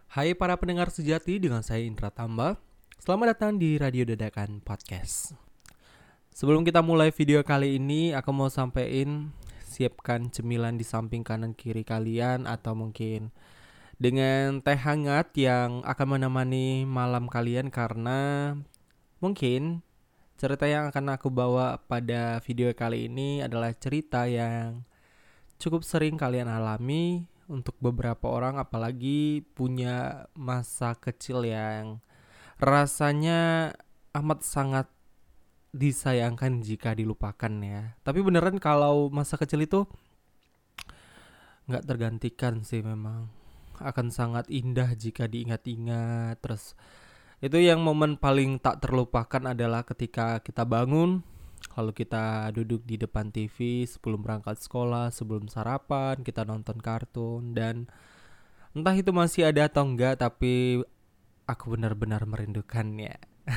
Hai para pendengar sejati, dengan saya Indra Tamba. Selamat datang di Radio Dadakan Podcast. Sebelum kita mulai video kali ini, aku mau sampaikan siapkan cemilan di samping kanan kiri kalian, atau mungkin dengan teh hangat yang akan menemani malam kalian, karena mungkin cerita yang akan aku bawa pada video kali ini adalah cerita yang cukup sering kalian alami untuk beberapa orang, apalagi punya masa kecil yang rasanya amat sangat disayangkan jika dilupakan ya. Tapi beneran kalau masa kecil itu nggak tergantikan sih, memang akan sangat indah jika diingat-ingat. Terus itu yang momen paling tak terlupakan adalah ketika kita bangun, lalu kita duduk di depan TV sebelum berangkat sekolah, sebelum sarapan, kita nonton kartun. Dan entah itu masih ada atau enggak, tapi aku benar-benar merindukannya.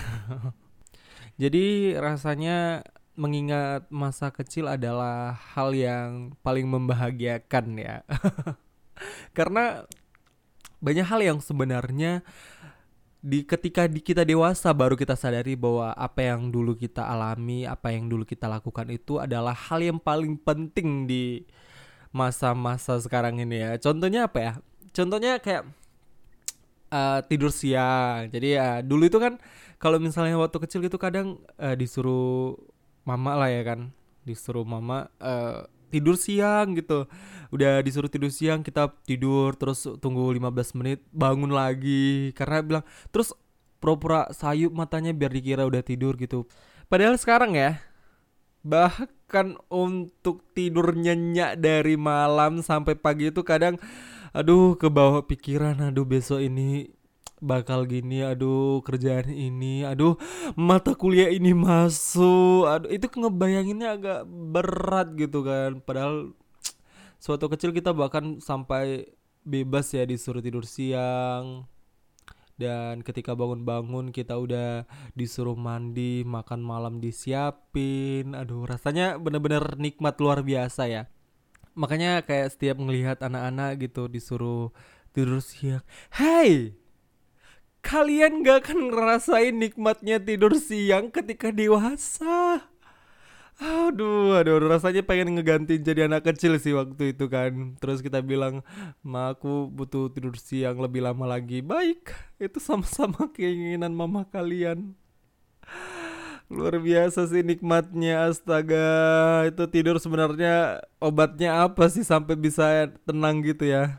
Jadi rasanya mengingat masa kecil adalah hal yang paling membahagiakan ya. Karena banyak hal yang sebenarnya ketika kita dewasa baru kita sadari bahwa apa yang dulu kita alami, apa yang dulu kita lakukan itu adalah hal yang paling penting di masa-masa sekarang ini ya. Contohnya apa ya? Contohnya kayak tidur siang. Jadi ya dulu itu kan kalau misalnya waktu kecil gitu kadang disuruh mama lah ya kan, disuruh mama tidur siang gitu. Udah disuruh tidur siang, kita tidur terus tunggu 15 menit bangun lagi karena bilang, terus pura-pura sayup matanya biar dikira udah tidur gitu. Padahal sekarang ya, bahkan untuk tidur nyenyak dari malam sampai pagi itu kadang aduh kebawa pikiran, aduh besok ini bakal gini, aduh kerjaan ini, aduh mata kuliah ini masuk, aduh itu ngebayanginnya agak berat gitu kan. Padahal suatu kecil kita bahkan sampai bebas ya disuruh tidur siang, dan ketika bangun-bangun kita udah disuruh mandi, makan malam disiapin. Aduh rasanya bener-bener nikmat luar biasa ya. Makanya kayak setiap ngelihat anak-anak gitu disuruh tidur siang, hey, kalian gak akan ngerasain nikmatnya tidur siang ketika dewasa. Aduh, rasanya pengen ngeganti jadi anak kecil sih waktu itu kan. Terus kita bilang, ma aku butuh tidur siang lebih lama lagi. Baik, itu sama-sama keinginan mama kalian. Luar biasa sih nikmatnya, astaga. Itu tidur sebenarnya obatnya apa sih sampai bisa tenang gitu ya.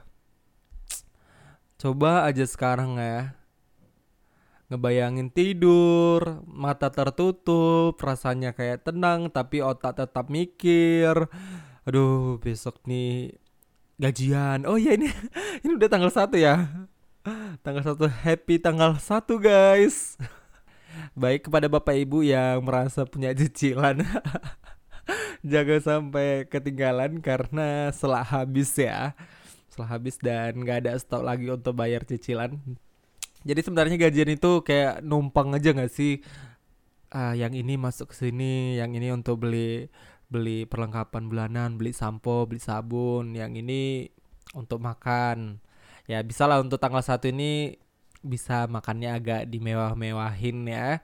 Coba aja sekarang ya, ngebayangin tidur, mata tertutup, rasanya kayak tenang, tapi otak tetap mikir. Aduh, besok nih gajian. Oh iya, ini ini udah tanggal 1 ya. Tanggal 1, happy tanggal 1 guys. Baik kepada Bapak Ibu yang merasa punya cicilan, jaga sampai ketinggalan karena setelah habis ya. Setelah habis dan gak ada stok lagi untuk bayar cicilan. Jadi sebenarnya gajian itu kayak numpang aja gak sih? Yang ini masuk ke sini, yang ini untuk beli beli perlengkapan bulanan, beli sampo, beli sabun, yang ini untuk makan. Ya bisa lah untuk tanggal 1 ini bisa makannya agak dimewah-mewahin ya.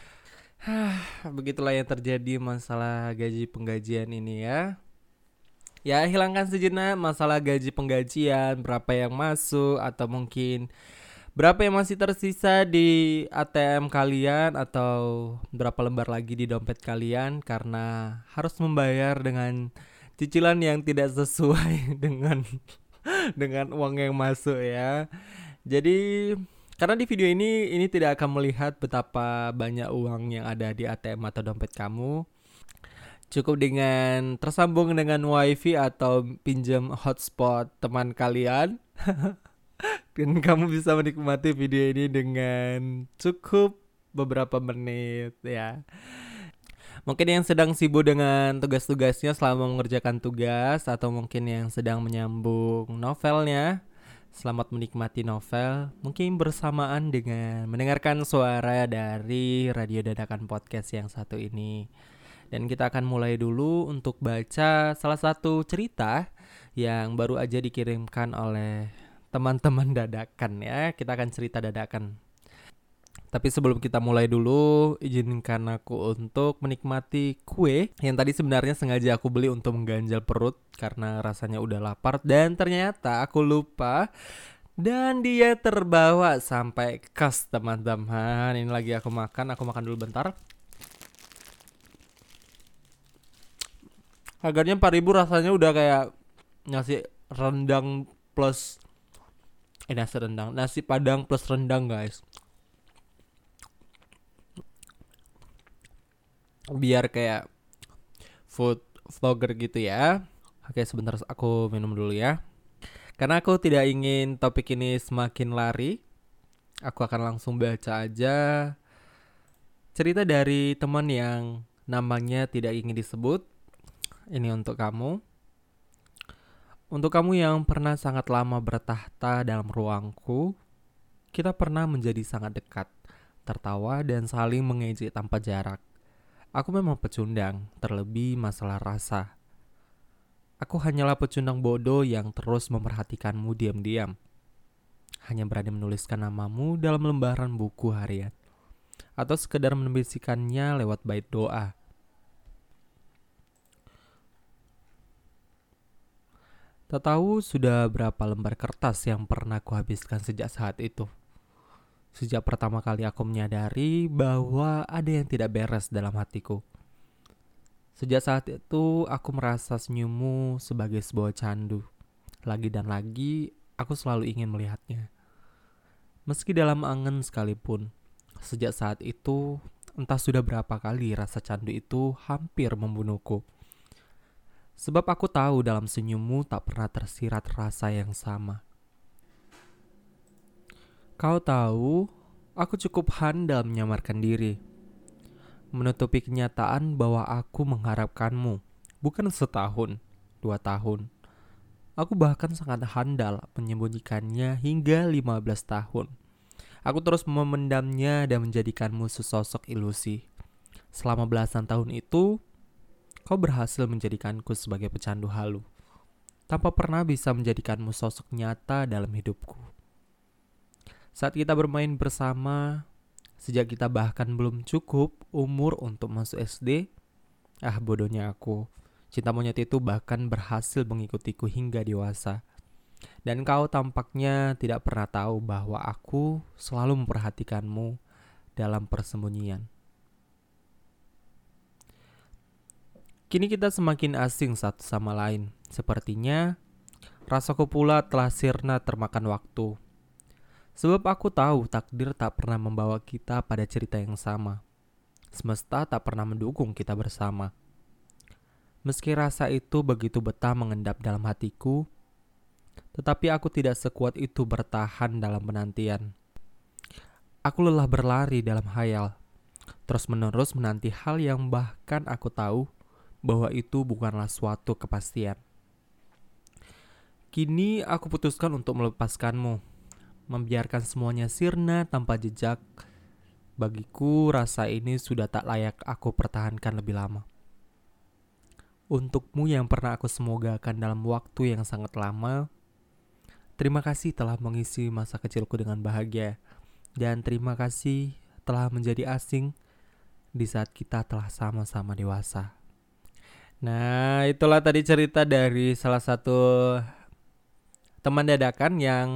Begitulah yang terjadi masalah gaji penggajian ini ya. Ya hilangkan sejenak masalah gaji penggajian, berapa yang masuk, atau mungkin berapa yang masih tersisa di ATM kalian, atau berapa lembar lagi di dompet kalian karena harus membayar dengan cicilan yang tidak sesuai dengan uang yang masuk ya. Jadi karena di video ini tidak akan melihat betapa banyak uang yang ada di ATM atau dompet kamu. Cukup dengan tersambung dengan wifi atau pinjam hotspot teman kalian, dan kamu bisa menikmati video ini dengan cukup beberapa menit ya. Mungkin yang sedang sibuk dengan tugas-tugasnya selama mengerjakan tugas, atau mungkin yang sedang menyambung novelnya, selamat menikmati novel. Mungkin bersamaan dengan mendengarkan suara dari Radio Dadakan Podcast yang satu ini. Dan kita akan mulai dulu untuk baca salah satu cerita yang baru aja dikirimkan oleh teman-teman dadakan ya. Kita akan cerita dadakan. Tapi sebelum kita mulai dulu, izinkan aku untuk menikmati kue yang tadi sebenarnya sengaja aku beli untuk mengganjal perut karena rasanya udah lapar dan ternyata aku lupa dan dia terbawa sampai kos teman-teman. Ini lagi aku makan dulu bentar. Harganya 4.000, rasanya udah kayak nasi rendang plus nasi padang plus rendang guys. Biar kayak food vlogger gitu ya. Oke, sebentar aku minum dulu ya. Karena aku tidak ingin topik ini semakin lari, aku akan langsung baca aja cerita dari teman yang namanya tidak ingin disebut. Ini untuk kamu. Untuk kamu yang pernah sangat lama bertahta dalam ruangku, kita pernah menjadi sangat dekat, tertawa dan saling mengejek tanpa jarak. Aku memang pecundang, terlebih masalah rasa. Aku hanyalah pecundang bodoh yang terus memperhatikanmu diam-diam. Hanya berani menuliskan namamu dalam lembaran buku harian. Atau sekedar membisikkannya lewat bait doa. Tak tahu sudah berapa lembar kertas yang pernah kuhabiskan sejak saat itu. Sejak pertama kali aku menyadari bahwa ada yang tidak beres dalam hatiku. Sejak saat itu aku merasa senyummu sebagai sebuah candu. Lagi dan lagi aku selalu ingin melihatnya. Meski dalam angan sekalipun. Sejak saat itu entah sudah berapa kali rasa candu itu hampir membunuhku. Sebab aku tahu dalam senyummu tak pernah tersirat rasa yang sama. Kau tahu, aku cukup handal menyamarkan diri. Menutupi kenyataan bahwa aku mengharapkanmu. Bukan setahun, 2 tahun. Aku bahkan sangat handal menyembunyikannya hingga 15 tahun. Aku terus memendamnya dan menjadikanmu sesosok ilusi. Selama belasan tahun itu, kau berhasil menjadikanku sebagai pecandu halu. Tanpa pernah bisa menjadikanmu sosok nyata dalam hidupku. Saat kita bermain bersama, sejak kita bahkan belum cukup umur untuk masuk SD, bodohnya aku. Cinta monyet itu bahkan berhasil mengikutiku hingga dewasa. Dan kau tampaknya tidak pernah tahu bahwa aku selalu memperhatikanmu dalam persembunyian. Kini kita semakin asing satu sama lain. Sepertinya rasaku pula telah sirna termakan waktu. Sebab aku tahu takdir tak pernah membawa kita pada cerita yang sama. Semesta tak pernah mendukung kita bersama. Meski rasa itu begitu betah mengendap dalam hatiku, tetapi aku tidak sekuat itu bertahan dalam penantian. Aku lelah berlari dalam hayal, terus-menerus menanti hal yang bahkan aku tahu bahwa itu bukanlah suatu kepastian. Kini aku putuskan untuk melepaskanmu. Membiarkan semuanya sirna tanpa jejak. Bagiku rasa ini sudah tak layak aku pertahankan lebih lama. Untukmu yang pernah aku semogakan dalam waktu yang sangat lama, terima kasih telah mengisi masa kecilku dengan bahagia. Dan terima kasih telah menjadi asing di saat kita telah sama-sama dewasa. Nah, itulah tadi cerita dari salah satu teman dadakan yang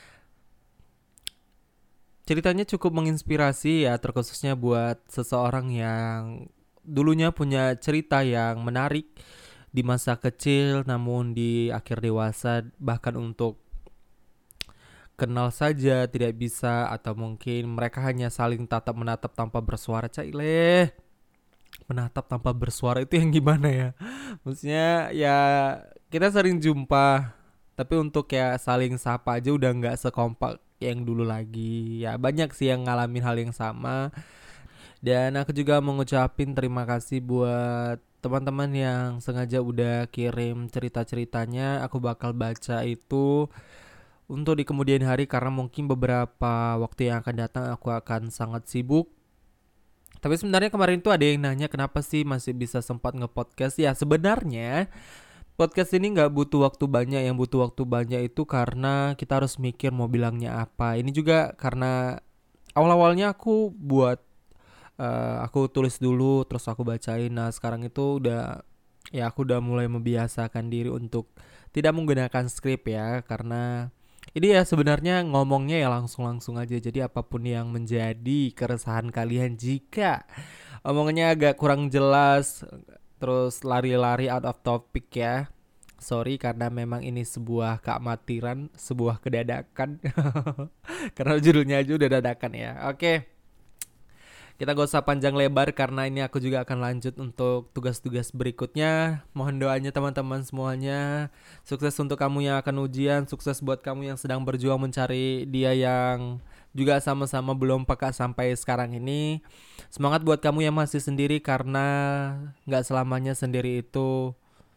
ceritanya cukup menginspirasi ya, terkhususnya buat seseorang yang dulunya punya cerita yang menarik di masa kecil, namun di akhir dewasa bahkan untuk kenal saja tidak bisa, atau mungkin mereka hanya saling tatap menatap tanpa bersuara. Caileh, menatap tanpa bersuara itu yang gimana ya? Maksudnya ya kita sering jumpa, tapi untuk ya saling sapa aja udah gak sekompak yang dulu lagi. Ya banyak sih yang ngalamin hal yang sama. Dan aku juga mengucapin terima kasih buat teman-teman yang sengaja udah kirim cerita-ceritanya. Aku bakal baca itu untuk di kemudian hari, karena mungkin beberapa waktu yang akan datang aku akan sangat sibuk. Tapi sebenarnya kemarin tuh ada yang nanya kenapa sih masih bisa sempat nge-podcast. Ya sebenarnya podcast ini nggak butuh waktu banyak. Yang butuh waktu banyak itu karena kita harus mikir mau bilangnya apa. Ini juga karena awal-awalnya aku buat aku tulis dulu terus aku bacain. Nah sekarang itu udah ya aku udah mulai membiasakan diri untuk tidak menggunakan skrip ya, karena ini ya sebenarnya ngomongnya ya langsung-langsung aja. Jadi apapun yang menjadi keresahan kalian, jika omongannya agak kurang jelas terus lari-lari out of topic ya, sorry karena memang ini sebuah keamatiran, sebuah kedadakan. Karena judulnya aja udah dadakan ya. Oke, kita gak usah panjang lebar karena ini aku juga akan lanjut untuk tugas-tugas berikutnya. Mohon doanya teman-teman semuanya. Sukses untuk kamu yang akan ujian, sukses buat kamu yang sedang berjuang mencari dia yang juga sama-sama belum peka sampai sekarang ini. Semangat buat kamu yang masih sendiri karena gak selamanya sendiri itu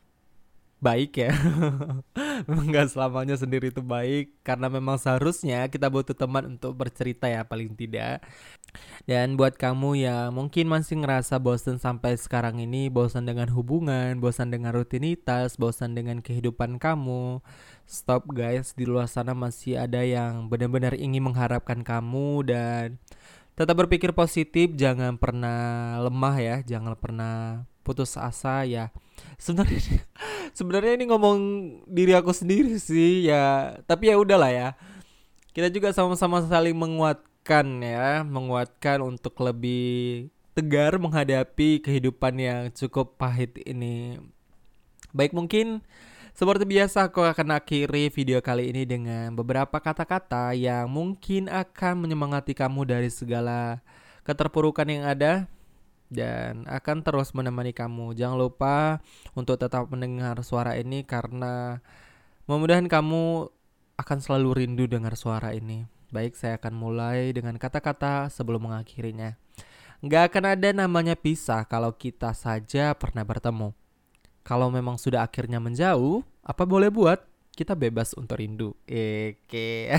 baik ya. Memang gak selamanya sendiri itu baik, karena memang seharusnya kita butuh teman untuk bercerita ya paling tidak. Dan buat kamu yang mungkin masih ngerasa bosan sampai sekarang ini, bosan dengan hubungan, bosan dengan rutinitas, bosan dengan kehidupan kamu, stop guys, di luar sana masih ada yang benar-benar ingin mengharapkan kamu. Dan tetap berpikir positif, jangan pernah lemah ya, jangan pernah putus asa ya. Sebenarnya sebenarnya ini ngomong diri aku sendiri sih ya, tapi ya udahlah ya. Kita juga sama-sama saling menguatkan ya, menguatkan untuk lebih tegar menghadapi kehidupan yang cukup pahit ini. Baik, mungkin seperti biasa aku akan akhiri video kali ini dengan beberapa kata-kata yang mungkin akan menyemangati kamu dari segala keterpurukan yang ada dan akan terus menemani kamu. Jangan lupa untuk tetap mendengar suara ini karena mudah-mudahan kamu akan selalu rindu dengar suara ini. Baik, saya akan mulai dengan kata-kata sebelum mengakhirinya. Gak akan ada namanya pisah kalau kita saja pernah bertemu. Kalau memang sudah akhirnya menjauh, apa boleh buat? Kita bebas untuk rindu. Oke.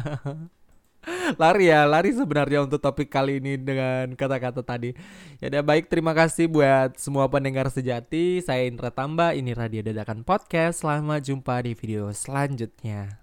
Lari ya, lari sebenarnya untuk topik kali ini dengan kata-kata tadi. Ya udah, baik, terima kasih buat semua pendengar sejati. Saya Indra Tamba, ini Radio Dadakan Podcast. Selamat jumpa di video selanjutnya.